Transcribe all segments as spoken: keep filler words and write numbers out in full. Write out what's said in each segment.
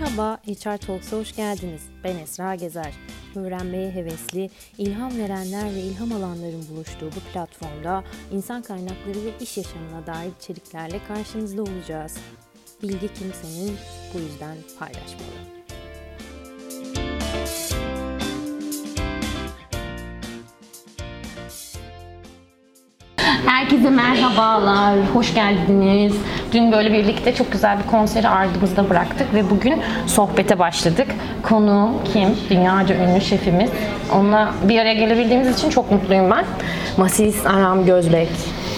Merhaba, H R Talks'a hoş geldiniz. Ben Esra Gezer. Öğrenmeye hevesli, ilham verenler ve ilham alanların buluştuğu bu platformda insan kaynakları ve iş yaşamına dair içeriklerle karşınızda olacağız. Bilgi kimsenin, bu yüzden paylaşmalı. Herkese merhabalar, hoş geldiniz. Dün böyle birlikte çok güzel bir konseri ardımızda bıraktık ve bugün sohbete başladık. Konuğum kim? Dünyaca ünlü şefimiz. Onunla bir araya gelebildiğimiz için çok mutluyum ben. Masis Aram Gözbek.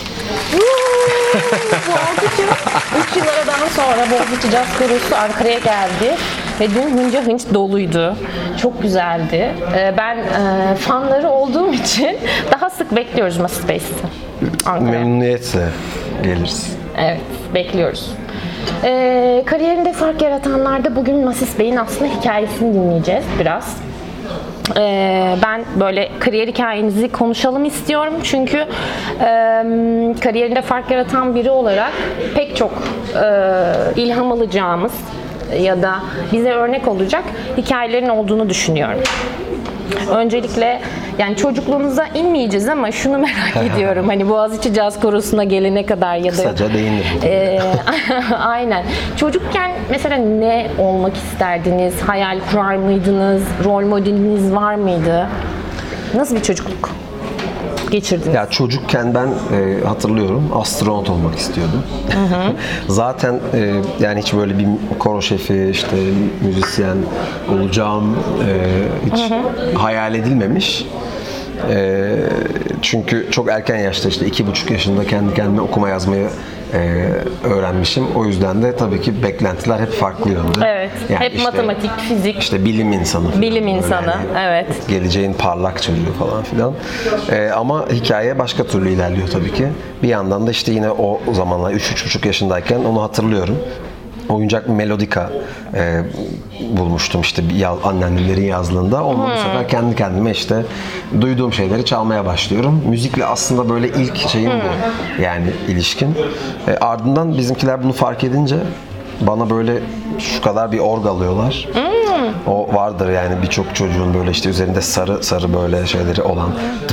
Bu altıcı üç yıl aradan sonra Boğaziçi Caz Korosu Ankara'ya geldi. Ve dün hınca hınç doluydu. Çok güzeldi. Ben e, fanları olduğum için daha sık bekliyoruz Masis Bey sizi. Ankara'ya. Memnuniyetle geliriz. Evet, bekliyoruz. Ee, kariyerinde fark yaratanlarda bugün Masis Bey'in aslında hikayesini dinleyeceğiz biraz. Ee, ben böyle kariyer hikayenizi konuşalım istiyorum çünkü e, kariyerinde fark yaratan biri olarak pek çok e, ilham alacağımız ya da bize örnek olacak hikayelerin olduğunu düşünüyorum. Öncelikle yani çocukluğunuza inmeyeceğiz ama şunu merak ediyorum. Hani Boğaziçi Caz Korosu'na gelene kadar ya da kısaca değinirim. E, aynen. Çocukken mesela ne olmak isterdiniz? Hayal kurar mıydınız? Rol modeliniz var mıydı? Nasıl bir çocukluk geçirdiniz? Ya çocukken ben e, hatırlıyorum astronot olmak istiyordum. Hı hı. Zaten e, yani hiç böyle bir koro şefi, işte müzisyen olacağım e, hiç hı hı. hayal edilmemiş. E, çünkü çok erken yaşta işte iki buçuk yaşında kendi kendime okuma yazmayı e, öğrenmişim. O yüzden de tabii ki beklentiler hep farklı yönde. Evet. Yani hep işte, matematik, fizik. İşte bilim insanı. Falan. Bilim insanı. Yani, evet. Geleceğin parlak çocuğu falan filan. E, ama hikaye başka türlü ilerliyor tabii ki. Bir yandan da işte yine o, o zamanlar üç üç buçuk yaşındayken onu hatırlıyorum. Oyuncak bir melodika e, bulmuştum işte yaz, anneannemlerin yazlığında. Ondan hmm. bu sefer kendi kendime işte duyduğum şeyleri çalmaya başlıyorum. Müzikle aslında böyle ilk şeyim hmm. bu. Yani ilişkin. E, ardından bizimkiler bunu fark edince bana böyle şu kadar bir org alıyorlar. Hmm. O vardır yani birçok çocuğun böyle işte üzerinde sarı sarı böyle şeyleri olan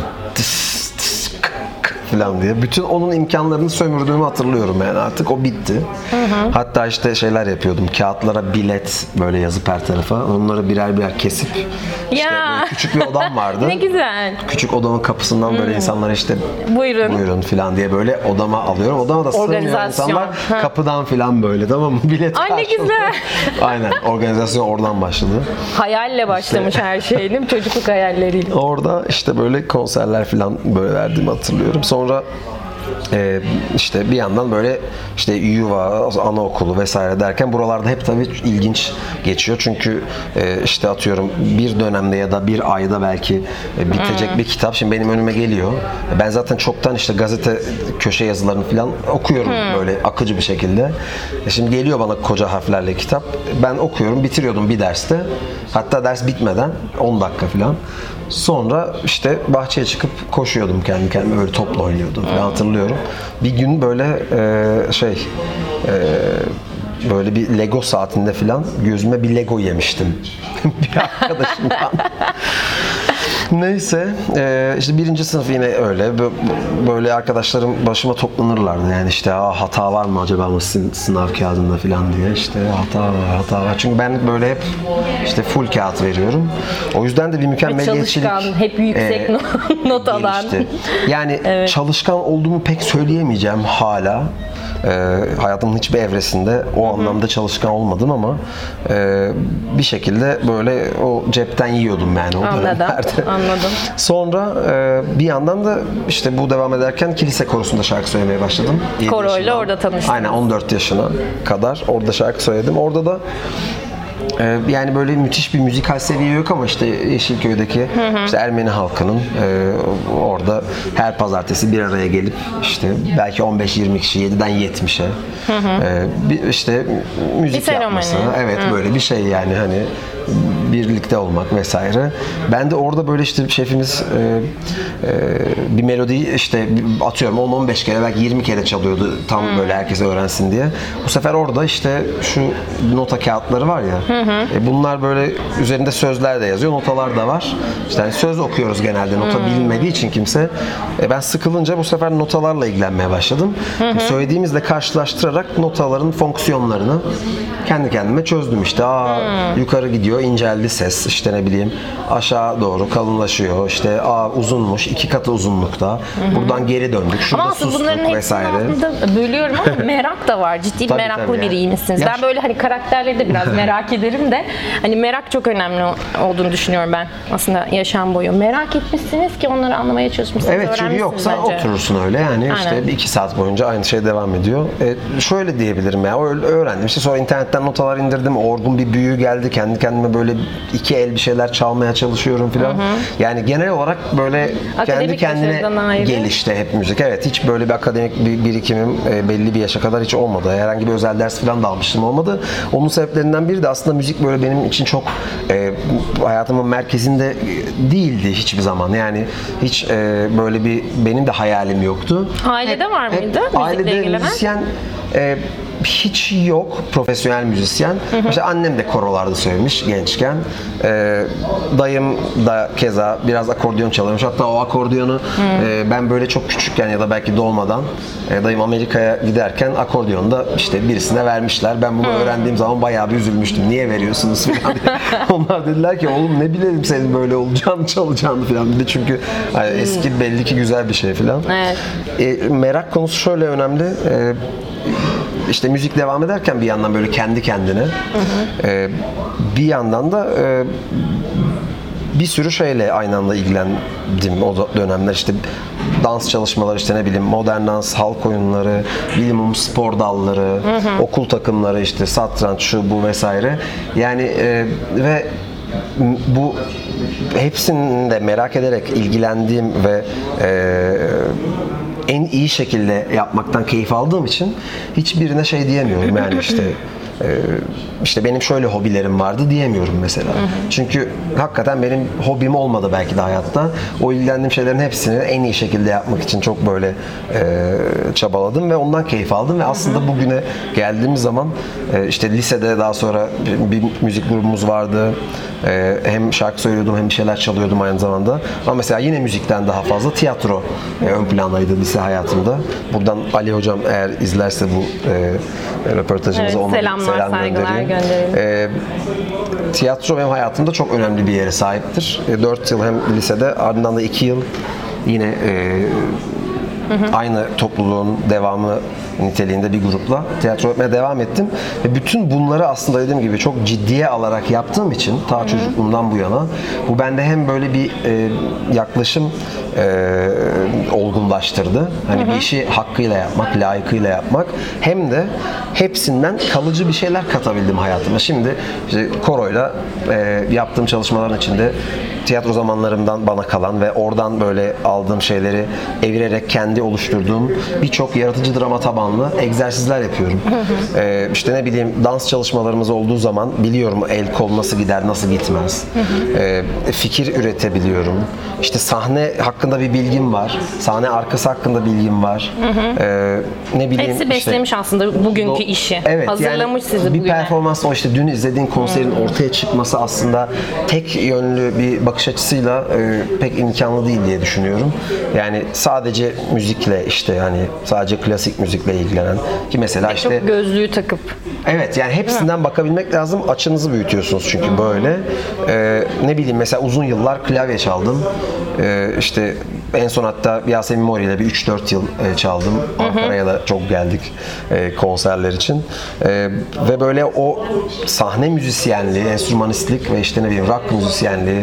falan diye. Bütün onun imkanlarını sömürdüğümü hatırlıyorum yani artık o bitti. Hı hı. Hatta işte şeyler yapıyordum. Kağıtlara bilet böyle yazıp her tarafa. Onları birer birer kesip işte ya. küçük bir odam vardı. Ne güzel. Küçük odamın kapısından böyle hmm. insanlar işte buyurun. buyurun falan diye böyle odama alıyorum. Odama da sığmıyor insanlar. Ha. Kapıdan falan böyle tamam mı? Bilet ay ne güzel. Aynen. Organizasyon oradan başladı. Hayalle başlamış işte. Her şey değil mi? Çocukluk hayalleriyle. Orada işte böyle konserler falan böyle verdiğimi hatırlıyorum. Sonra Ee, işte bir yandan böyle işte yuva, anaokulu vesaire derken buralarda hep tabii ilginç geçiyor. Çünkü e, işte atıyorum bir dönemde ya da bir ayda belki e, bitecek hmm. bir kitap şimdi benim önüme geliyor. Ben zaten çoktan işte gazete köşe yazılarını falan okuyorum hmm. böyle akıcı bir şekilde. E şimdi geliyor bana koca harflerle kitap. Ben okuyorum, bitiriyordum bir derste. Hatta ders bitmeden on dakika falan. Sonra işte bahçeye çıkıp koşuyordum kendi kendime böyle topla oynuyordum falan hatırlıyorum. Bir gün böyle e, şey e, böyle bir Lego saatinde falan gözüme bir Lego yemiştim bir arkadaşımdan. Neyse e, işte birinci sınıf yine öyle böyle arkadaşlarım başıma toplanırlardı yani işte hata var mı acaba mı sınav kağıdında falan diye işte hata var hata var çünkü ben böyle hep işte full kağıt veriyorum o yüzden de bir mükemmeliyetçilik çalışkan hep yüksek e, not alan yani evet. Çalışkan olduğumu pek söyleyemeyeceğim hala. E, hayatımın hiçbir evresinde o Hı-hı. anlamda çalışkan olmadım ama e, bir şekilde böyle o cepten yiyordum yani o anladım, dönemlerde. Anladım. Sonra e, bir yandan da işte bu devam ederken kilise korosunda şarkı söylemeye başladım. Koroyla orada tanıştım. Aynen on dört yaşına kadar orada şarkı söyledim. Orada da yani böyle müthiş bir müzikal seviye yok ama işte Yeşilköy'deki hı hı. işte Ermeni halkının e, orada her pazartesi bir araya gelip işte belki on beş yirmi kişi yediden yetmişe hı hı. E, bir işte müzik bir yapması. Evet hı. böyle bir şey yani hani birlikte olmak vesaire. Ben de orada böyle işte şefimiz e, e, bir melodiyi işte atıyorum on on beş kere belki yirmi kere çalıyordu tam hmm. böyle herkes öğrensin diye. Bu sefer orada işte şu nota kağıtları var ya. Hı hı. E, bunlar böyle üzerinde sözler de yazıyor, notalar da var. İşte yani söz okuyoruz genelde nota hmm. bilinmediği için kimse. E, ben sıkılınca bu sefer notalarla ilgilenmeye başladım. Hı hı. Söylediğimizle karşılaştırarak notaların fonksiyonlarını kendi kendime çözdüm işte. Aa, hmm. yukarı gidiyor, inceldi ses. İşte ne bileyim aşağı doğru kalınlaşıyor. İşte aa uzunmuş, iki katı uzunlukta. Hı hı. Buradan geri döndük. Şurada ama sustuk bunların vesaire. Aslında bölüyorum ama merak da var. Ciddi tabii, meraklı tabii biriyim misiniz? Ben böyle hani karakterleri de biraz merak ederim de hani merak çok önemli olduğunu düşünüyorum ben aslında yaşam boyu. Merak etmişsiniz ki onları anlamaya çalışmışsınız. Evet çünkü yoksa bence oturursun öyle yani. Aynen. İşte bir iki saat boyunca aynı şey devam ediyor. E, şöyle diyebilirim ya, öğrendim işte sonra internetten notalar indirdim, orgun bir büyü geldi, kendi kendime böyle iki el bir şeyler çalmaya çalışıyorum filan. Yani genel olarak böyle akademik kendi kendine gelişti hep müzik. Evet hiç böyle bir akademik bir birikimim e, belli bir yaşa kadar hiç olmadı. Herhangi bir özel ders filan da almıştım olmadı. Onun sebeplerinden biri de aslında müzik böyle benim için çok e, hayatımın merkezinde değildi hiçbir zaman. Yani hiç e, böyle bir benim de hayalim yoktu. Ailede hep, var mıydı müzikle ailede ilgilenen? Müzisyen e, hiç yok, profesyonel müzisyen. Hı hı. İşte annem de korolarda söylemiş gençken. Ee, dayım da keza biraz akordeon çalıyormuş. Hatta o akordiyonu e, ben böyle çok küçükken ya da belki doğmadan e, dayım Amerika'ya giderken akordiyonu da işte birisine vermişler. Ben bunu hı. öğrendiğim zaman bayağı bir üzülmüştüm. Niye veriyorsunuz falan diye. Onlar dediler ki oğlum ne bilelim senin böyle olacağını çalacağını falan. Bir de çünkü yani eski belli ki güzel bir şey falan. Evet. E, merak konusu şöyle önemli. E, İşte müzik devam ederken bir yandan böyle kendi kendine, hı hı. E, bir yandan da e, bir sürü şeyle aynı anda ilgilendim o dönemler. İşte dans çalışmaları, işte ne bileyim modern dans, halk oyunları, bilimum spor dalları, hı hı. okul takımları, işte satranç, şu bu vesaire. Yani e, ve bu hepsini de merak ederek ilgilendiğim ve e, en iyi şekilde yapmaktan keyif aldığım için hiçbirine şey diyemiyorum yani işte e, işte benim şöyle hobilerim vardı diyemiyorum mesela. Hı hı. Çünkü hakikaten benim hobim olmadı belki de hayatta. O ilgilendiğim şeylerin hepsini en iyi şekilde yapmak için çok böyle e, çabaladım ve ondan keyif aldım ve aslında hı hı. bugüne geldiğimiz zaman e, işte lisede daha sonra bir, bir müzik grubumuz vardı. E, hem şarkı söylüyordum hem bir şeyler çalıyordum aynı zamanda. Ama mesela yine müzikten daha fazla tiyatro e, ön plandaydı lise hayatımda. Buradan Ali hocam eğer izlerse bu e, röportajımızı evet, ona selamlar, selam saygılar gönderelim. E, tiyatro benim hayatımda çok önemli bir yere sahiptir. E, dört yıl hem lisede, ardından da iki yıl yine e, Hı hı. aynı topluluğun devamı niteliğinde bir grupla tiyatro yapmaya devam ettim. Ve bütün bunları aslında dediğim gibi çok ciddiye alarak yaptığım için ta hı hı. çocukluğumdan bu yana bu bende hem böyle bir e, yaklaşım e, olgunlaştırdı. Hani hı hı. bir işi hakkıyla yapmak, layıkıyla yapmak hem de hepsinden kalıcı bir şeyler katabildim hayatıma. Şimdi işte koroyla e, yaptığım çalışmaların içinde tiyatro zamanlarımdan bana kalan ve oradan böyle aldığım şeyleri evirerek kendi oluşturduğum birçok yaratıcı drama tabanlı egzersizler yapıyorum. ee, işte ne bileyim dans çalışmalarımız olduğu zaman biliyorum el kol nasıl gider, nasıl gitmez. Ee, fikir üretebiliyorum. İşte sahne hakkında bir bilgim var. Sahne arkası hakkında bilgim var. Ee, ne bileyim hepsi beslemiş işte, aslında bugünkü do- işi. Evet, hazırlamış yani sizi bir bugüne. performans o işte dün izlediğin konserin hmm. ortaya çıkması aslında tek yönlü bir bakış açısıyla e, pek imkanlı değil diye düşünüyorum. Yani sadece müzikle işte yani sadece klasik müzikle ilgilenen ki mesela işte çok gözlüğü takıp evet yani hepsinden bakabilmek lazım. Açınızı büyütüyorsunuz çünkü hmm. böyle. Ee, ne bileyim mesela uzun yıllar klavye çaldım. Ee, işte en son hatta Yasemin Mori ile bir üç dört yıl e, çaldım. Ankara'ya da çok geldik e, konserler için. E, ve böyle o sahne müzisyenliği, enstrümanistlik ve işte ne bileyim rock müzisyenliği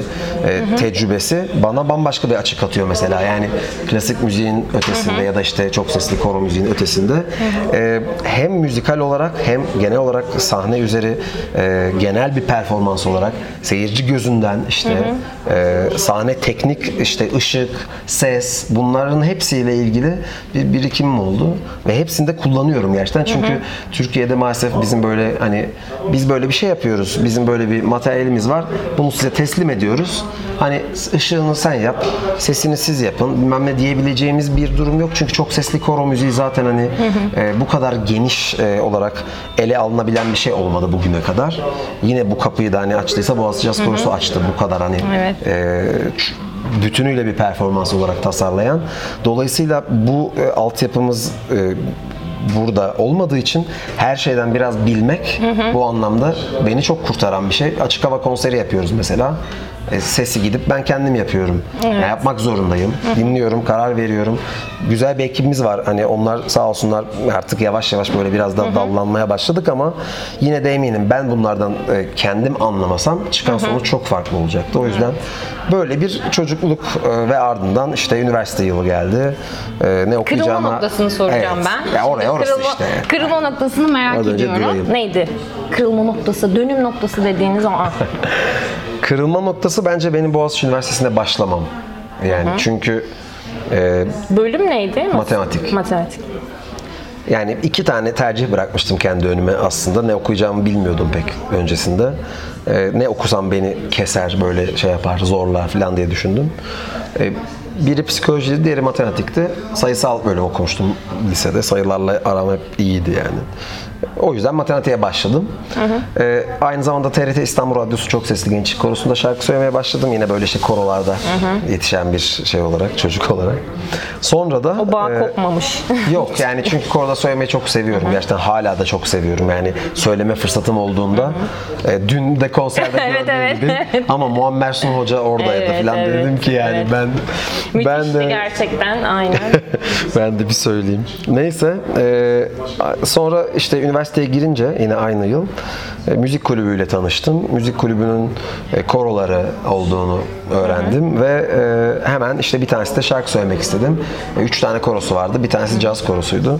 e, tecrübesi bana bambaşka bir açı katıyor mesela. Yani klasik müziğin ötesinde ya da işte çok sesli koro müziğin ötesinde e, hem müzikal olarak hem genel olarak sahne üzeri e, genel bir performans olarak seyirci gözünden işte e, sahne teknik, işte ışık, ses, bunların hepsiyle ilgili bir birikimim oldu ve hepsini de kullanıyorum gerçekten. Çünkü hı hı. Türkiye'de maalesef bizim böyle hani biz böyle bir şey yapıyoruz. Bizim böyle bir materyalimiz var. Bunu size teslim ediyoruz. Hani ışığını sen yap, sesini siz yapın. Bilmem ne diyebileceğimiz bir durum yok. Çünkü çok sesli koro müziği zaten hani hı hı. E, bu kadar geniş e, olarak ele alınabilen bir şey olmadı bugüne kadar. Yine bu kapıyı da hani açtıysa Boğaziçi Caz Korosu açtı bu kadar hani evet. e, bütünüyle bir performans olarak tasarlayan. Dolayısıyla bu e, altyapımız e, burada olmadığı için her şeyden biraz bilmek hı hı. bu anlamda beni çok kurtaran bir şey. Açık hava konseri yapıyoruz mesela. E, sesi gidip ben kendim yapıyorum. Evet. Yani yapmak zorundayım. Hı hı. Dinliyorum, karar veriyorum. Güzel bir ekibimiz var. Hani onlar sağ olsunlar artık yavaş yavaş böyle biraz daha hı hı. dallanmaya başladık ama yine de eminim ben bunlardan e, kendim anlamasam çıkan hı hı. sonuç çok farklı olacaktı. O yüzden böyle bir çocukluk e, ve ardından işte üniversite yılı geldi. E, ne okuyacağıma... Kırılma noktasını soracağım evet. ben. Ya oraya orası kırılma, işte. Kırılma noktasını merak Orada ediyorum. Neydi? Kırılma noktası, dönüm noktası dediğiniz o an. Kırılma noktası bence benim Boğaziçi Üniversitesi'nde başlamam. Yani hı-hı. çünkü e, bölüm neydi? Matematik. Matematik. Yani iki tane tercih bırakmıştım kendi önüme aslında. Ne okuyacağımı bilmiyordum pek öncesinde. E, ne okusam beni keser, böyle şey yapar, zorlar falan diye düşündüm. E, biri psikolojiydi, diğeri matematikti. Sayısal bölüm okumuştum lisede. Sayılarla aram hep iyiydi yani. O yüzden matematiğe başladım. Hı hı. Ee, aynı zamanda T R T İstanbul Radyosu Çok Sesli Gençlik Korosu'nda şarkı söylemeye başladım. Yine böyle işte korolarda hı hı. yetişen bir şey olarak, çocuk olarak. Sonra da... O bağ e, kopmamış. Yok yani çünkü koroda söylemeyi çok seviyorum. Hı hı. Gerçekten hala da çok seviyorum. Yani söyleme fırsatım olduğunda. Hı hı. E, dün de konserde evet, gördüğüm evet. gibi. Ama Muammer Sun Hoca oradaydı evet, falan evet, dedim ki yani evet. ben... Müthişti ben de, gerçekten aynen. ben de bir söyleyeyim. Neyse. E, sonra işte üniversiteye girince yine aynı yıl e, müzik kulübüyle tanıştım. Müzik kulübünün e, koroları olduğunu öğrendim hı hı. ve e, hemen işte bir tanesi de şarkı söylemek istedim. E, üç tane korosu vardı. Bir tanesi caz korosuydu.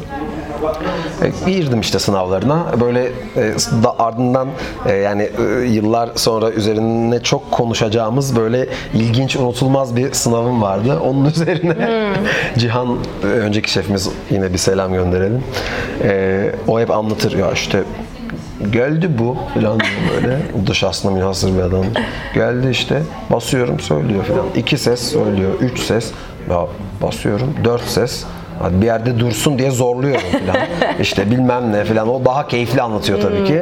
E, girdim işte sınavlarına. Böyle e, da, ardından e, yani e, yıllar sonra üzerine çok konuşacağımız böyle ilginç, unutulmaz bir sınavım vardı. Onun üzerine hmm. Cihan, e, önceki şefimiz, yine bir selam gönderelim. E, o hep anlatır ya işte geldi bu falan böyle. Dış aslında münhasır bir adam. Geldi işte basıyorum söylüyor falan. İki ses söylüyor, üç ses. Ya basıyorum, dört ses. Hadi bir yerde dursun diye zorluyorum falan. İşte bilmem ne falan. O daha keyifli anlatıyor tabii ki.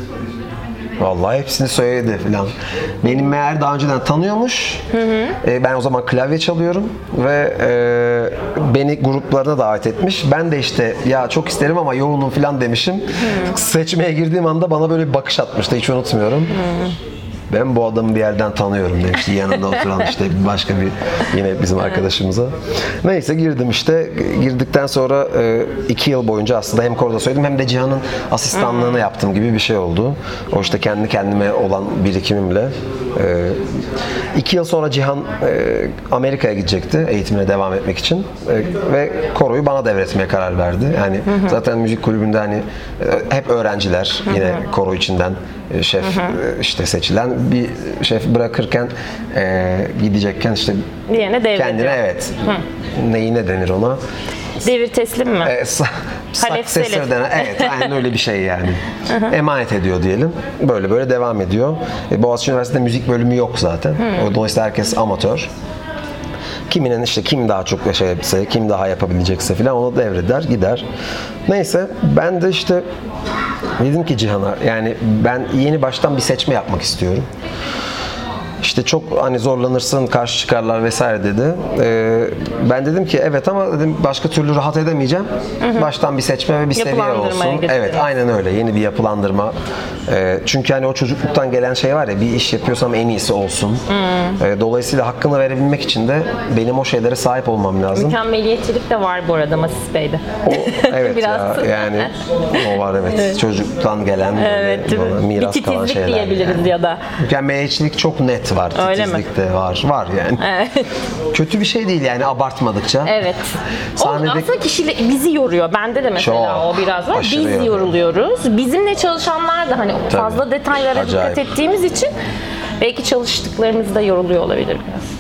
Vallahi hepsini söyledi falan. Benim meğer daha önceden tanıyormuş. Hı hı. E, ben o zaman klavye çalıyorum ve e, beni gruplarına davet etmiş. Ben de işte ya çok isterim ama yoğunum falan demişim. Hı. Seçmeye girdiğim anda bana böyle bir bakış atmıştı. Hiç unutmuyorum. Hı. Ben bu adamı bir yerden tanıyorum demişti. Yanında oturan işte başka bir yine bizim arkadaşımıza. Neyse girdim işte. Girdikten sonra iki yıl boyunca aslında hem koroda söyledim hem de Cihan'ın asistanlığını yaptım gibi bir şey oldu. O işte kendi kendime olan birikimimle. iki yıl sonra Cihan Amerika'ya gidecekti eğitimine devam etmek için ve koroyu bana devretmeye karar verdi. Yani zaten müzik kulübünde hani hep öğrenciler yine koro içinden şef hı hı. işte seçilen bir şef bırakırken e, gidecekken işte kendine evet hı. neyine denir ona? Devir teslim mi? E, Successor denen, evet aynen öyle bir şey yani. Hı hı. Emanet ediyor diyelim. Böyle böyle devam ediyor. E, Boğaziçi Üniversitesi'nde müzik bölümü yok zaten. Hı. Dolayısıyla herkes amatör. Kiminin işte kim daha çok şey yapsa, kim daha yapabilecekse falan onu devreder, gider. Neyse ben de işte dedim ki Cihan'a yani ben yeni baştan bir seçme yapmak istiyorum. İşte çok hani zorlanırsın, karşı çıkarlar vesaire dedi. Ee, ben dedim ki evet ama dedim başka türlü rahat edemeyeceğim. Hı hı. Baştan bir seçme ve bir seviye olsun. Evet, aynen öyle. Yeni bir yapılandırma. Ee, çünkü hani o çocukluktan gelen şey var ya, bir iş yapıyorsam en iyisi olsun. Ee, dolayısıyla hakkını verebilmek için de benim o şeylere sahip olmam lazım. Mükemmeliyetçilik de var bu arada Masis Bey'de. O, evet ya yani o var evet. evet. Çocuktan gelen evet, böyle, miras kalan şeyler. diyebiliriz yani. ya da. Mükemmeliyetçilik çok net Evet var. Öyle mi? Titizlik de var. Var yani. Evet. Kötü bir şey değil yani abartmadıkça. Evet. Sahnede- O aslında kişiyle bizi yoruyor. Bende de mesela Çok, o biraz var. aşırı Biz yoruyor. yoruluyoruz. Bizimle çalışanlar da hani Tabii. fazla detaylara Acayip. dikkat ettiğimiz için belki çalıştıklarımız da yoruluyor olabilir biraz.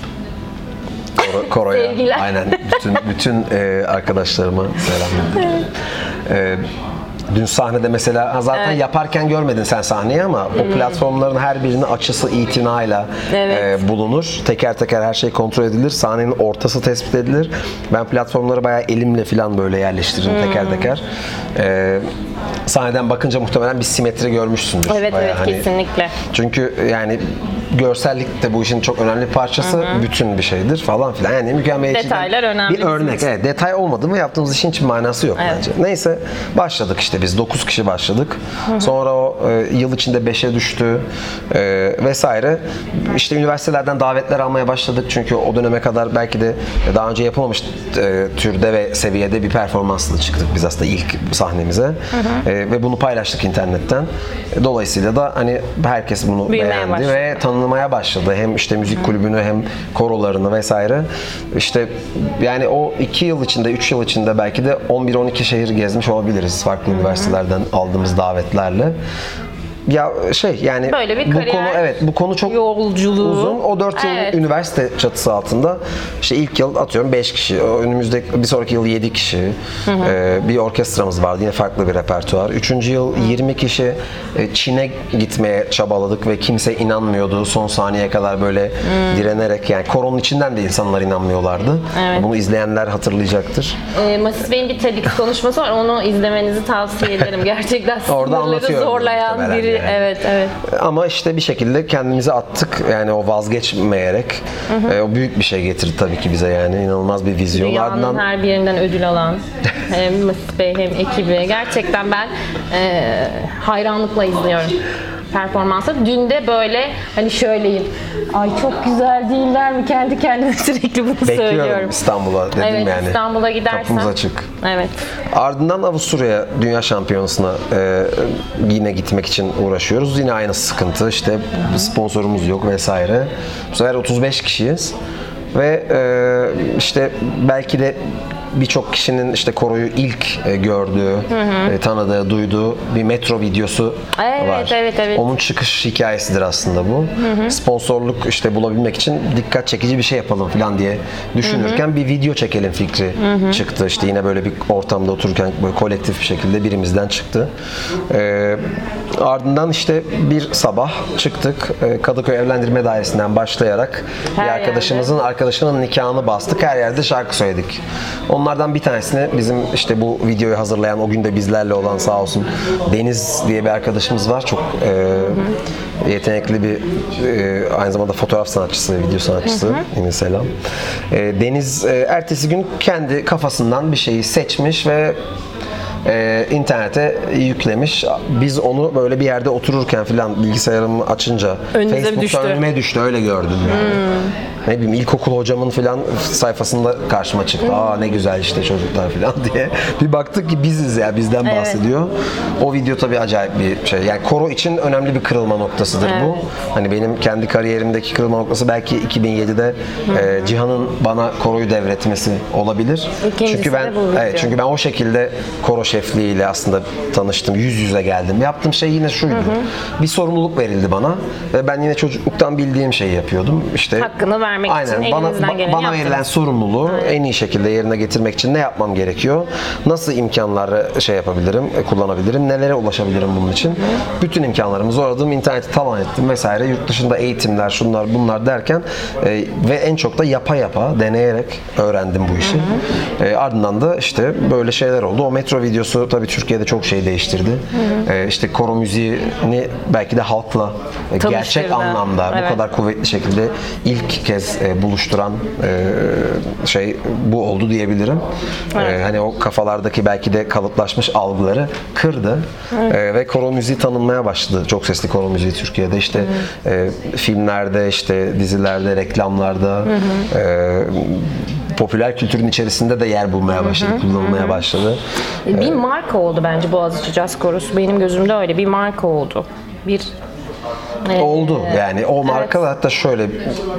Koro- Koro'ya. Sevgiler. Aynen. Bütün bütün e, arkadaşlarıma selamlar. E, dün sahnede mesela ha zaten Evet. yaparken görmedin sen sahneyi ama o platformların her birinin açısı itinayla Evet. e, bulunur. Teker teker her şey kontrol edilir. Sahnenin ortası tespit edilir. Ben platformları bayağı elimle falan böyle yerleştiririm teker teker. E, sahneden bakınca muhtemelen bir simetri görmüşsündür. Evet Bayağı evet hani- kesinlikle. Çünkü yani görsellik de bu işin çok önemli bir parçası. Bütün bir şeydir falan filan. Yani mükemmeliyetçiden Detaylar önemli bir bizim örnek. için. Evet, detay olmadı mı yaptığımız işin hiçbir manası yok Evet. bence. Neyse başladık işte biz. dokuz kişi başladık. Sonra o e, yıl içinde beşe düştü e, vesaire. İşte üniversitelerden davetler almaya başladık. Çünkü o döneme kadar belki de daha önce yapılmamış e, türde ve seviyede bir performansla çıktık biz aslında ilk sahnemize. E, ve bunu paylaştık internetten. E, dolayısıyla da hani herkes bunu Büyümeye beğendi başladı. ve tanınmaya başladı. Hem işte müzik kulübünü hem korolarını vesaire. İşte yani o iki yıl içinde, üç yıl içinde belki de on bir on iki şehir gezmiş olabiliriz farklı üniversitelerden aldığımız davetlerle. Ya şey yani Böyle bir bu kariyer konu evet bu konu çok yolculuğu. uzun. O dört yıl Evet. üniversite çatısı altında işte ilk yıl atıyorum beş kişi. O önümüzde bir sonraki yıl yedi kişi. Ee, bir orkestramız vardı. Yine farklı bir repertuar. Üçüncü yıl yirmi kişi e, Çin'e gitmeye çabaladık ve kimse inanmıyordu. Son saniyeye kadar böyle direnerek yani koronun içinden de insanlar inanmıyorlardı. Evet. Bunu izleyenler hatırlayacaktır. Ee, Masis Bey'in bir TEDx konuşması var. Onu izlemenizi tavsiye ederim. Gerçekten Orada sınırları anlatıyorum zorlayan muhtemelen biri. yani. Evet, evet. Ama işte bir şekilde kendimizi attık. Yani o vazgeçmeyerek. E, o büyük bir şey getirdi tabii ki bize yani. İnanılmaz bir vizyon. Dünyanın Ardından her bir yerinden ödül alan hem Masis Bey hem ekibi. Gerçekten ben e, hayranlıkla izliyorum performansı. Dün de böyle hani şöyleyim. Ay çok güzel değiller mi? Kendi kendime sürekli bunu bekliyorum söylüyorum. İstanbul'a dedim Evet, yani. İstanbul'a gidersen. Kapımız açık. Evet. Ardından Avusturya'ya Dünya Şampiyonası'na e, yine gitmek için uğraşıyoruz. Yine aynı sıkıntı. İşte sponsorumuz yok vesaire. Bu sefer otuz beş kişiyiz. Ve e, işte belki de birçok kişinin işte koroyu ilk e, gördüğü, e, tanıdığı, duyduğu bir metro videosu Evet, var. evet, evet. Onun çıkış hikayesidir aslında bu. Sponsorluk işte bulabilmek için dikkat çekici bir şey yapalım falan diye düşünürken bir video çekelim fikri çıktı. İşte yine böyle bir ortamda otururken böyle kolektif bir şekilde birimizden çıktı. E, ardından işte bir sabah çıktık. E, Kadıköy Evlendirme Dairesi'nden başlayarak Her bir arkadaşımızın arkadaşının nikahını bastık. Her yerde şarkı söyledik. Onlardan bir tanesini bizim işte bu videoyu hazırlayan, o gün de bizlerle olan sağ olsun Deniz diye bir arkadaşımız var. Çok e, yetenekli bir e, aynı zamanda fotoğraf sanatçısı, video sanatçısı. Yine selam. E, Deniz e, ertesi gün kendi kafasından bir şeyi seçmiş ve e, internete yüklemiş. Biz onu böyle bir yerde otururken filan bilgisayarımı açınca Önünüze mi Facebook'ta düştü? önüme düştü. Öyle gördüm yani. Ne bileyim ilkokul hocamın filan sayfasında karşıma çıktı. Aa ne güzel işte çocuklar filan diye. Bir baktık ki biziz ya bizden Evet. bahsediyor. O video tabii acayip bir şey. Yani koro için önemli bir kırılma noktasıdır bu. Hani benim kendi kariyerimdeki kırılma noktası belki iki bin yedide e, Cihan'ın bana koroyu devretmesi olabilir. İkincisi çünkü ben de bu video. evet, çünkü ben o şekilde koro şefliğiyle aslında tanıştım. Yüz yüze geldim. Yaptığım şey yine şuydu. Bir sorumluluk verildi bana ve ben yine çocukluktan bildiğim şeyi yapıyordum. İşte Hakkını vermek aynen, için bana, elinizden ba- geleni bana yaptınız. verilen sorumluluğu en iyi şekilde yerine getirmek için ne yapmam gerekiyor? Nasıl imkanları şey yapabilirim, e, kullanabilirim? Nelere ulaşabilirim bunun için? Bütün imkanlarımızı aradım, interneti talan ettim vesaire. Yurt dışında eğitimler, şunlar bunlar derken e, ve en çok da yapa yapa, deneyerek öğrendim bu işi. E, ardından da işte böyle şeyler oldu. O metro videosu tabii Türkiye'de çok şey değiştirdi. E, işte koro müziğini belki de halkla e, gerçek Tanıştırdı. anlamda Evet. bu kadar kuvvetli şekilde ilk kez e, buluşturan e, şey bu oldu diyebilirim. E, hani o kafalardaki belki de kalıplaşmış algıları kırdı. E, ve koro müziği tanınmaya başladı. Çok sesli koro müziği Türkiye'de işte e, filmlerde, işte dizilerde, reklamlarda e, popüler kültürün içerisinde de yer bulmaya başladı, kullanılmaya başladı. Bir marka oldu bence Boğaziçi Caz Korosu. Benim gözümde öyle bir marka oldu. Bir Ee, Oldu yani o marka da hatta şöyle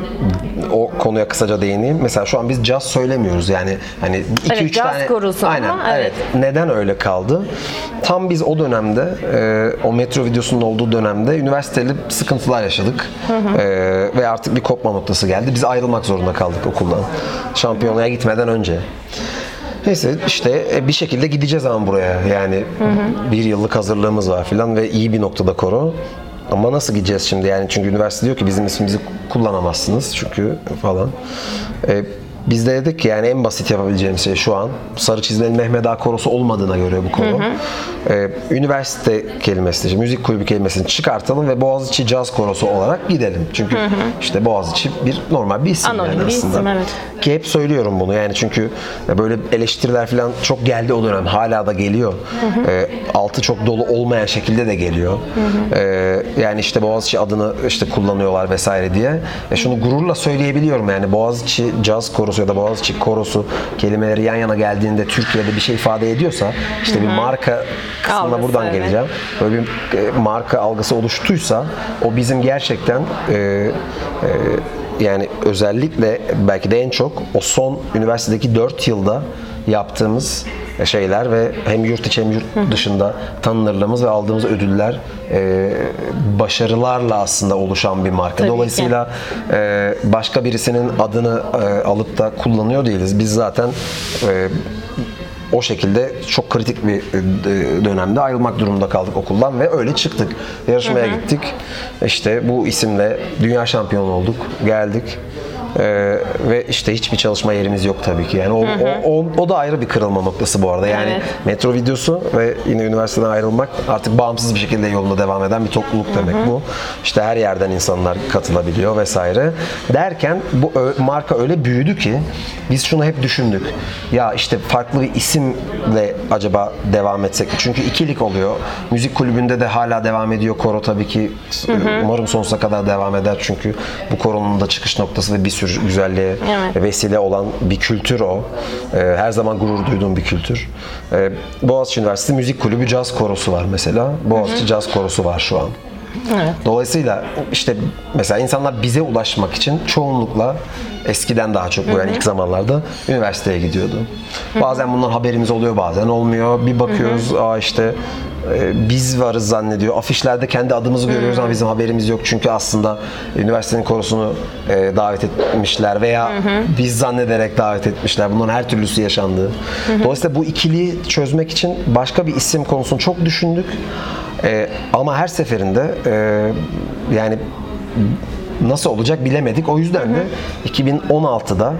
o konuya kısaca değineyim. Mesela şu an biz caz söylemiyoruz yani hani iki üç evet, caz tane korusu aynen ama, evet. evet. Neden öyle kaldı? Tam biz o dönemde e, o metro videosunun olduğu dönemde üniversiteli sıkıntılar yaşadık. Hı hı. E, ve artık bir kopma noktası geldi. Biz ayrılmak zorunda kaldık okuldan. Şampiyonaya gitmeden önce. Neyse işte bir şekilde gideceğiz ama buraya yani hı hı. bir yıllık hazırlığımız var filan ve iyi bir noktada koro. Ama nasıl gideceğiz şimdi yani çünkü üniversite diyor ki bizim ismimizi kullanamazsınız çünkü falan. Ee, biz de dedik ki yani en basit yapabileceğimiz şey şu an sarı çizmeli Mehmet Ağa korosu olmadığına göre bu koro. Hı hı. Ee, üniversite kelimesini, müzik kulübü kelimesini çıkartalım ve Boğaziçi Caz Korosu olarak gidelim. Çünkü hı hı. işte Boğaziçi bir normal bir isim Anonim yani bir aslında. Isim, evet. Ki hep söylüyorum bunu yani çünkü böyle eleştiriler falan çok geldi o dönem. Hala da geliyor. Hı hı. E, altı çok dolu olmayan şekilde de geliyor. Hı hı. E, yani işte Boğaziçi adını işte kullanıyorlar vesaire diye. E, şunu gururla söyleyebiliyorum yani Boğaziçi Caz Korosu ya da Boğaziçi Korosu kelimeleri yan yana geldiğinde Türkiye'de bir şey ifade ediyorsa işte hı hı. bir marka kısmına algısı, buradan evet. geleceğim. Böyle bir e, marka algısı oluştuysa o bizim gerçekten e, e, yani özellikle belki de en çok o son üniversitedeki dört yılda yaptığımız şeyler ve hem yurt içi hem yurt dışında tanınırlığımız ve aldığımız ödüller e, başarılarla aslında oluşan bir marka. Tabii Dolayısıyla e, başka birisinin adını e, alıp da kullanıyor değiliz. Biz zaten e, o şekilde çok kritik bir dönemde ayrılmak durumunda kaldık okuldan ve öyle çıktık. Yarışmaya hı hı. gittik. İşte bu isimle dünya şampiyonu olduk. Geldik. Ee, ve işte hiçbir çalışma yerimiz yok tabii ki. Yani o, hı hı. o, o, o da ayrı bir kırılma noktası bu arada. Yani evet. metro videosu ve yine üniversiteden ayrılmak artık bağımsız bir şekilde yoluna devam eden bir topluluk demek hı hı. bu. İşte her yerden insanlar katılabiliyor vesaire. Derken bu marka öyle büyüdü ki biz şunu hep düşündük. Ya işte farklı bir isimle acaba devam etsek. Çünkü ikilik oluyor. Müzik kulübünde de hala devam ediyor. Koro tabii ki hı hı. umarım sonsuza kadar devam eder. Çünkü bu koronun da çıkış noktası ve bir sürü güzelliğe evet. vesile olan bir kültür o. Her zaman gurur duyduğum bir kültür. Boğaziçi Üniversitesi Müzik Kulübü Caz Korosu var mesela. Boğaziçi hı hı. Caz Korosu var şu an. Evet. Dolayısıyla işte mesela insanlar bize ulaşmak için çoğunlukla eskiden daha çok bu yani ilk zamanlarda üniversiteye gidiyordu. Hı hı. Bazen bundan haberimiz oluyor, bazen olmuyor. Bir bakıyoruz, hı hı. aa işte e, biz varız zannediyor. Afişlerde kendi adımızı hı hı. görüyoruz ama bizim haberimiz yok. Çünkü aslında üniversitenin korosunu e, davet etmişler veya hı hı. biz zannederek davet etmişler. Bunların her türlüsü yaşandı. Hı hı. Dolayısıyla bu ikiliyi çözmek için başka bir isim konusunu çok düşündük. Ee, ama her seferinde e, yani nasıl olacak bilemedik. O yüzden de iki bin on altıda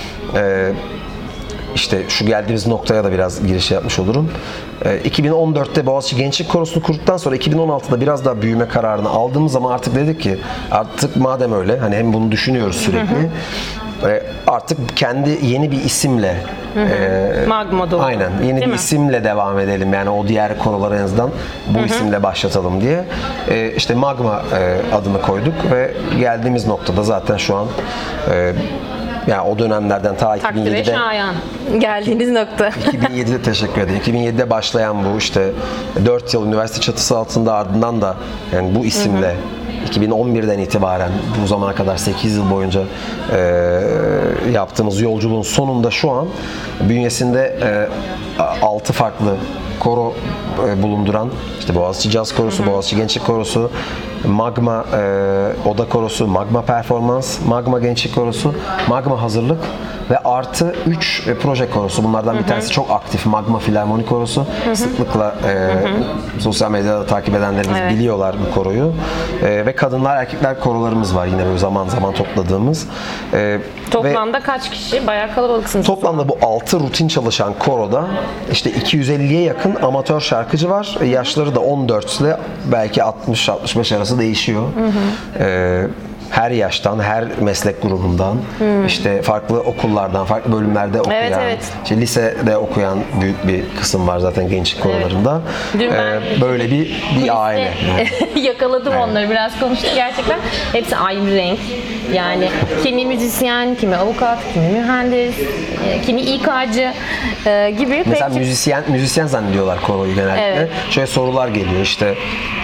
e, işte şu geldiğimiz noktaya da biraz giriş yapmış olurum. E, iki bin on dörtte Boğaziçi Gençlik Korosu'nu kurduktan sonra iki bin on altıda biraz daha büyüme kararını aldığımız zaman artık dedik ki artık madem öyle hani hem bunu düşünüyoruz sürekli. Hı hı. Artık kendi yeni bir isimle hı hı. E, Magma doğru. Aynen. Yeni Değil bir mi? isimle devam edelim. Yani o diğer korolara en azından bu hı hı. isimle başlatalım diye. E, işte Magma e, adını koyduk ve geldiğimiz noktada zaten şu an e, yani o dönemlerden ta iki bin yedide Takdire şayan geldiğiniz nokta. iki bin yedide teşekkür ederim. iki bin yedide başlayan bu işte dört yıl üniversite çatısı altında ardından da yani bu isimle hı hı. iki bin on birden itibaren bu zamana kadar sekiz yıl boyunca e, yaptığımız yolculuğun sonunda şu an bünyesinde e, altı farklı koro e, bulunduran işte Boğaziçi Caz Korosu, hı hı. Boğaziçi Gençlik Korosu, Magma e, Oda Korosu, Magma Performans, Magma Gençlik Korosu, Magma Hazırlık ve artı üç e, proje korosu. Bunlardan hı hı. bir tanesi çok aktif Magma Filarmoni Korosu. Hı hı. Sıklıkla e, hı hı. sosyal medyada takip edenlerimiz evet. biliyorlar bu koroyu. E, ve kadınlar erkekler korolarımız var yine böyle zaman zaman topladığımız. E, Toplamda kaç kişi? Bayağı kalabalıksınız. Toplamda bu altı rutin çalışan koroda işte iki yüz elliye yakın amatör şarkıcı var. Yaşları da on dört ile belki altmış altmış beş arası değişiyor. Hı hı. E, her yaştan, her meslek grubundan, hmm. işte farklı okullardan, farklı bölümlerde okuyan, evet, evet. işte lisede okuyan büyük bir kısım var zaten gençlik korolarında. Evet. Ee, böyle bir bir aile. Yani. Yakaladım evet. onları, biraz konuştuk gerçekten. Hepsi ayrı renk. Yani kimi müzisyen, kimi avukat, kimi mühendis, kimi İK'cı e, gibi. Mesela pek... müzisyen müzisyen zannediyorlar koroyu genellikle. Evet. Şöyle sorular geliyor işte.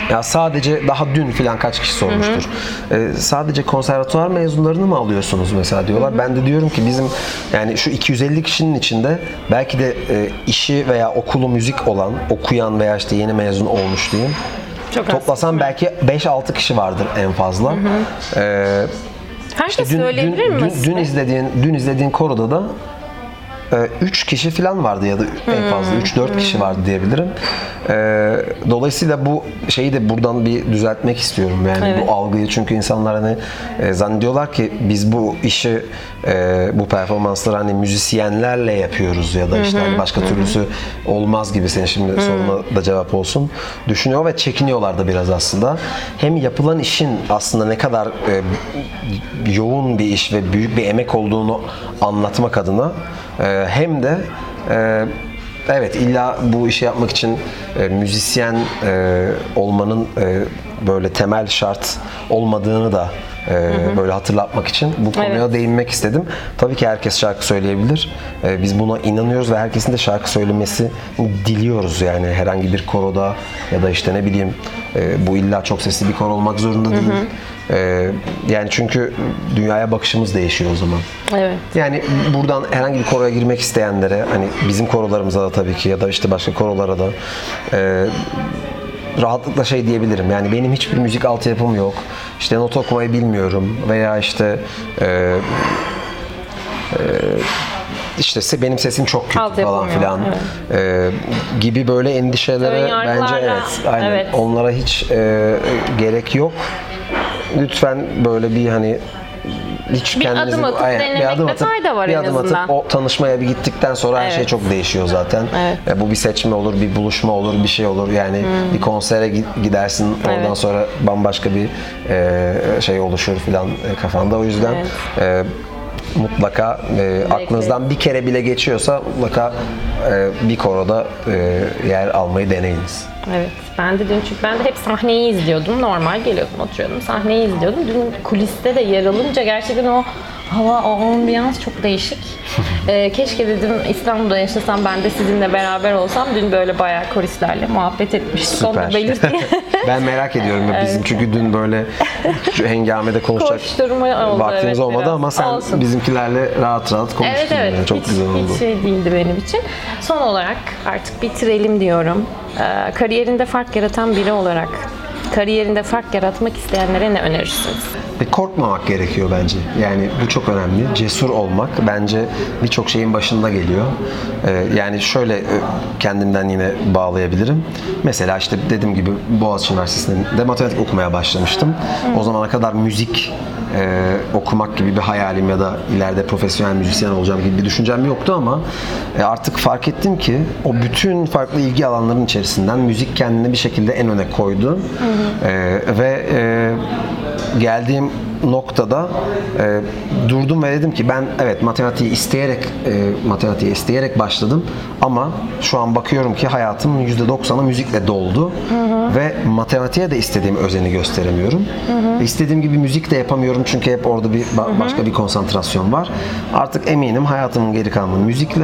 Ya sadece daha dün filan kaç kişi sormuştur. Ee, sadece konservatuvar mezunlarını mı alıyorsunuz mesela diyorlar. Hı hı. Ben de diyorum ki bizim yani şu iki yüz elli kişinin içinde belki de e, işi veya okulu müzik olan, okuyan veya işte yeni mezun olmuş diyeyim. Çok Toplasam az, belki beş altı kişi vardır en fazla. Hı hı. Ee, Herkes işte dün, söyleyebilir dün, mi? Dün, dün izlediğin dün izlediğin koroda da üç kişi falan vardı ya da en fazla üç dört hmm. kişi vardı diyebilirim. Dolayısıyla bu şeyi de buradan bir düzeltmek istiyorum yani evet. bu algıyı, çünkü insanlar hani zannediyorlar ki biz bu işi bu performansları hani müzisyenlerle yapıyoruz ya da işte hani başka türlüsü olmaz gibi, senin şimdi soruna da cevap olsun düşünüyor ve çekiniyorlar da biraz aslında. Hem yapılan işin aslında ne kadar yoğun bir iş ve büyük bir emek olduğunu anlatmak adına, hem de evet illa bu işi yapmak için müzisyen olmanın böyle temel şart olmadığını da Ee, hı hı. böyle hatırlatmak için bu konuya evet. değinmek istedim. Tabii ki herkes şarkı söyleyebilir. Ee, biz buna inanıyoruz ve herkesin de şarkı söylemesi diliyoruz yani herhangi bir koroda ya da işte ne bileyim e, bu illa çok sesli bir koro olmak zorunda değil. Hı hı. Ee, yani çünkü dünyaya bakışımız değişiyor o zaman. Evet. Yani buradan herhangi bir koroya girmek isteyenlere, hani bizim korolarımıza da tabii ki ya da işte başka korolara da e, rahatlıkla şey diyebilirim. Yani benim hiçbir müzik altyapım yok. İşte not okumayı bilmiyorum veya işte e, e, işte benim sesim çok kötü altyapım falan filan evet. e, gibi böyle endişelere bence evet, aynen, evet. onlara hiç e, gerek yok. Lütfen böyle bir hani hiç bir adım atıp ay, denemekte bir adım atıp, fayda var bir en adım azından. Atıp, o tanışmaya bir gittikten sonra evet. her şey çok değişiyor zaten. Evet. E, bu bir seçme olur, bir buluşma olur, bir şey olur. Yani hmm. bir konsere gidersin, oradan evet. sonra bambaşka bir e, şey oluşur filan e, kafanda. O yüzden evet. e, mutlaka e, aklınızdan bir kere bile geçiyorsa mutlaka e, bir koroda e, yer almayı deneyiniz. Evet, ben de dün çünkü ben de hep sahneyi izliyordum. Normal geliyordum, oturuyordum, sahneyi izliyordum. Dün kuliste de yer alınca gerçekten o hava, o ambiyans çok değişik. ee, keşke dedim İstanbul'da yaşasam, ben de sizinle beraber olsam. Dün böyle bayağı koristlerle muhabbet etmiştik. Süper. Onu da belirteyim. Ben merak ediyorum ya, bizim evet. çünkü dün böyle şu hengamede konuşacak vaktimiz evet, olmadı biraz. Ama sen olsun. Bizimkilerle rahat rahat konuştun. Evet evet, yani. Çok hiç, güzel oldu. Hiç şey değildi benim için. Son olarak artık bitirelim diyorum. Ee, kariyerinde fark yaratan biri olarak kariyerinde fark yaratmak isteyenlere ne önerirsiniz? E, korkmamak gerekiyor bence. Yani bu çok önemli. Cesur olmak bence birçok şeyin başında geliyor. E, yani şöyle e, kendimden yine bağlayabilirim. Mesela işte dediğim gibi Boğaziçi Üniversitesi'nde matematik okumaya başlamıştım. Hı. O zamana kadar müzik e, okumak gibi bir hayalim ya da ileride profesyonel müzisyen olacağım gibi bir düşüncem yoktu ama e, artık fark ettim ki o bütün farklı ilgi alanlarının içerisinden müzik kendini bir şekilde en öne koydu. Hı hı. E, ve e, geldiğim noktada e, durdum ve dedim ki ben evet matematiği isteyerek e, matematiği isteyerek başladım ama şu an bakıyorum ki hayatımın yüzde doksanı müzikle doldu. Hı hı. Ve matematiğe de istediğim özeni gösteremiyorum. Hı hı. İstediğim gibi müzik de yapamıyorum çünkü hep orada bir ba- başka bir konsantrasyon var. Artık eminim hayatımın geri kalanını müzikle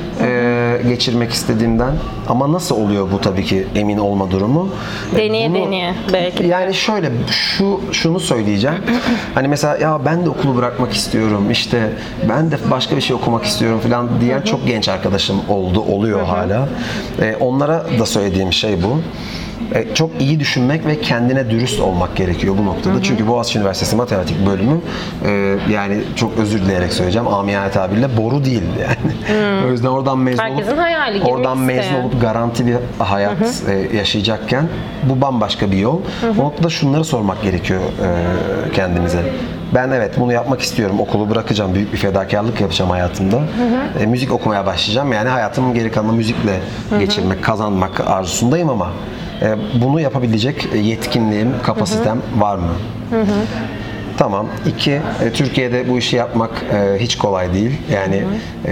e, geçirmek istediğimden, ama nasıl oluyor bu tabii ki emin olma durumu. Deneye Bunu, deneye belki. Yani şöyle şu şunu söyleyeceğim. Hani mesela ya ben de okulu bırakmak istiyorum, işte ben de başka bir şey okumak istiyorum falan diyen Hı-hı. çok genç arkadaşım oldu, oluyor Hı-hı. hala. E, onlara da söylediğim şey bu. E, çok iyi düşünmek ve kendine dürüst olmak gerekiyor bu noktada. Hı hı. Çünkü Boğaziçi Üniversitesi Matematik bölümü e, yani çok özür dileyerek söyleyeceğim, amiyane tabirle boru değil yani. Hı. O yüzden oradan mezun Herkesin olup hayali, oradan mezun isteyen. olup garanti bir hayat hı hı. E, yaşayacakken bu bambaşka bir yol. Hı hı. O noktada şunları sormak gerekiyor e, kendimize. Ben evet bunu yapmak istiyorum. Okulu bırakacağım. Büyük bir fedakarlık yapacağım hayatımda. Hı hı. E, müzik okumaya başlayacağım. Yani hayatımın geri kalanını müzikle hı hı. geçirmek, kazanmak arzusundayım ama e, bunu yapabilecek yetkinliğim, kapasitem hı hı. var mı? Hı hı. Tamam. İki, e, Türkiye'de bu işi yapmak e, hiç kolay değil. Yani hı hı.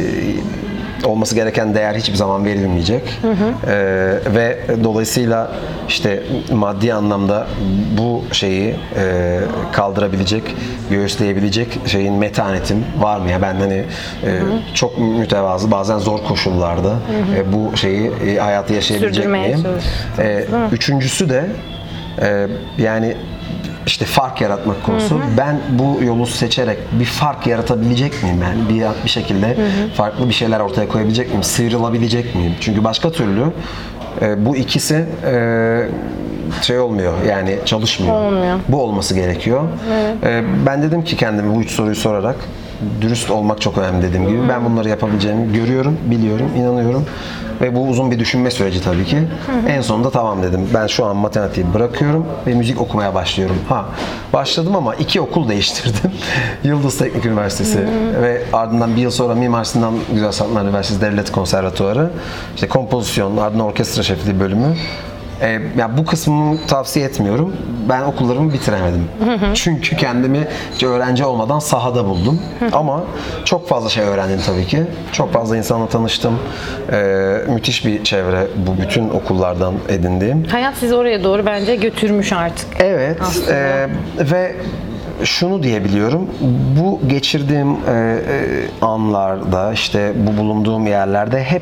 E, olması gereken değer hiçbir zaman verilmeyecek. Hı hı. Ee, ve dolayısıyla işte maddi anlamda bu şeyi e, kaldırabilecek, göğüsleyebilecek şeyin metanetim var mı? Ya ben hani e, çok mütevazı, bazen zor koşullarda hı hı. E, bu şeyi e, hayatı yaşayabilecek miyim? E, üçüncüsü de Ee, yani işte fark yaratmak konusu. Hı hı. Ben bu yolu seçerek bir fark yaratabilecek miyim? Yani bir, bir şekilde hı hı. farklı bir şeyler ortaya koyabilecek miyim? Sıyrılabilecek miyim? Çünkü başka türlü e, bu ikisi e, şey olmuyor, yani çalışmıyor. Olmuyor. Bu olması gerekiyor. Evet. E, ben dedim ki kendime bu üç soruyu sorarak, dürüst olmak çok önemli dediğim gibi. Hı. Ben bunları yapabileceğimi görüyorum, biliyorum, inanıyorum. Ve bu uzun bir düşünme süreci tabii ki. Hı hı. En sonunda tamam dedim. Ben şu an matematiği bırakıyorum ve müzik okumaya başlıyorum. Ha, başladım ama iki okul değiştirdim. Yıldız Teknik Üniversitesi hı hı. ve ardından bir yıl sonra Mimar Sinan Güzel Sanatlar Üniversitesi Devlet Konservatuarı. İşte kompozisyon, ardından orkestra şefliği bölümü. E, ya bu kısmını tavsiye etmiyorum. Ben okullarımı bitiremedim. Hı hı. Çünkü kendimi hiç öğrenci olmadan sahada buldum. Hı hı. Ama çok fazla şey öğrendim tabii ki. Çok fazla insanla tanıştım. E, müthiş bir çevre bu bütün okullardan edindiğim. Hayat sizi oraya doğru bence götürmüş artık. Evet. E, ve şunu diyebiliyorum. Bu geçirdiğim e, e, anlarda, işte bu bulunduğum yerlerde hep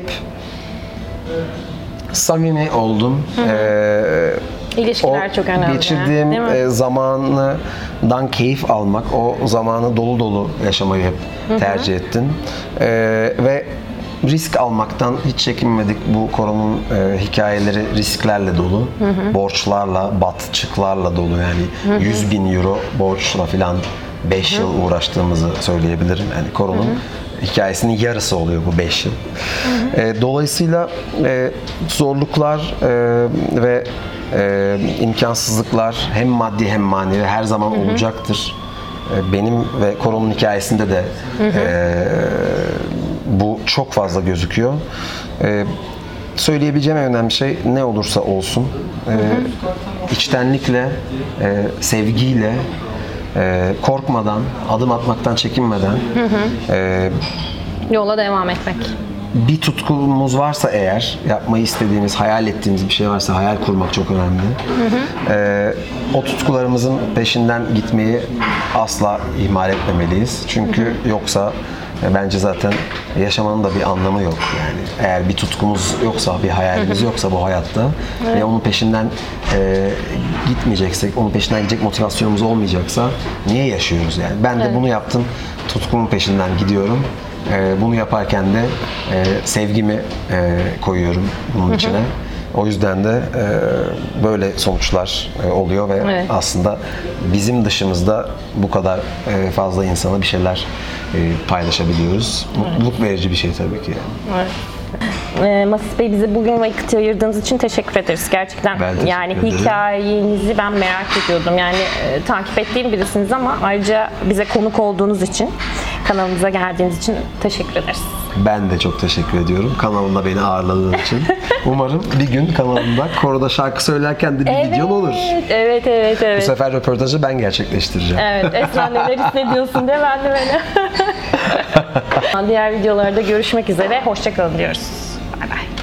samimi oldum. Hı hı. Ee, İlişkiler o çok önemli. Geçirdiğim e, zamandan keyif almak, o zamanı dolu dolu yaşamayı hep hı hı. tercih ettim. Ee, ve risk almaktan hiç çekinmedik. Bu koronun e, hikayeleri risklerle dolu. Hı hı. Borçlarla, batçıklarla dolu. Yani hı hı. yüz bin euro borçla filan beş hı hı. yıl uğraştığımızı söyleyebilirim. Yani koronun hı hı. hikayesinin yarısı oluyor bu beş yıl. Hı hı. E, dolayısıyla e, zorluklar e, ve e, imkansızlıklar hem maddi hem manevi her zaman hı hı. olacaktır. E, benim ve koronun hikayesinde de hı hı. E, bu çok fazla gözüküyor. E, söyleyebileceğim en önemli şey ne olursa olsun e, hı hı. içtenlikle, e, sevgiyle, Ee, korkmadan, adım atmaktan çekinmeden hı hı. E, yola devam etmek. Bir tutkumuz varsa eğer, yapmayı istediğimiz, hayal ettiğimiz bir şey varsa hayal kurmak çok önemli. Hı hı. E, o tutkularımızın peşinden gitmeyi asla ihmal etmemeliyiz. Çünkü hı hı. yoksa e, bence zaten yaşamanın da bir anlamı yok. Yani eğer bir tutkumuz yoksa, bir hayalimiz hı hı. yoksa bu hayatta evet. ve onun peşinden e, gitmeyeceksek, onun peşinden gidecek motivasyonumuz olmayacaksa niye yaşıyoruz yani? Ben de evet. bunu yaptım. Tutkumun peşinden gidiyorum. E, bunu yaparken de e, sevgimi e, koyuyorum bunun hı hı. içine. O yüzden de e, böyle sonuçlar e, oluyor ve evet. aslında bizim dışımızda bu kadar e, fazla insana bir şeyler e, paylaşabiliyoruz. Evet. Mutluluk verici bir şey tabii ki. Yani. Evet. E, Masis Bey, bize bugün vakit ayırdığınız için teşekkür ederiz. Gerçekten yani ederim. Hikayenizi ben merak ediyordum. Yani e, takip ettiğim birisiniz ama ayrıca bize konuk olduğunuz için, kanalımıza geldiğiniz için teşekkür ederiz. Ben de çok teşekkür ediyorum kanalımda beni ağırladığın için. Umarım bir gün kanalımda koroda şarkı söylerken de bir evet, videon olur. Evet, evet, evet. Bu sefer röportajı ben gerçekleştireceğim. Evet, Esra neler hissediyorsun de ben de beni. Diğer videolarda görüşmek üzere. Hoşça kalın diyoruz. Bay bay.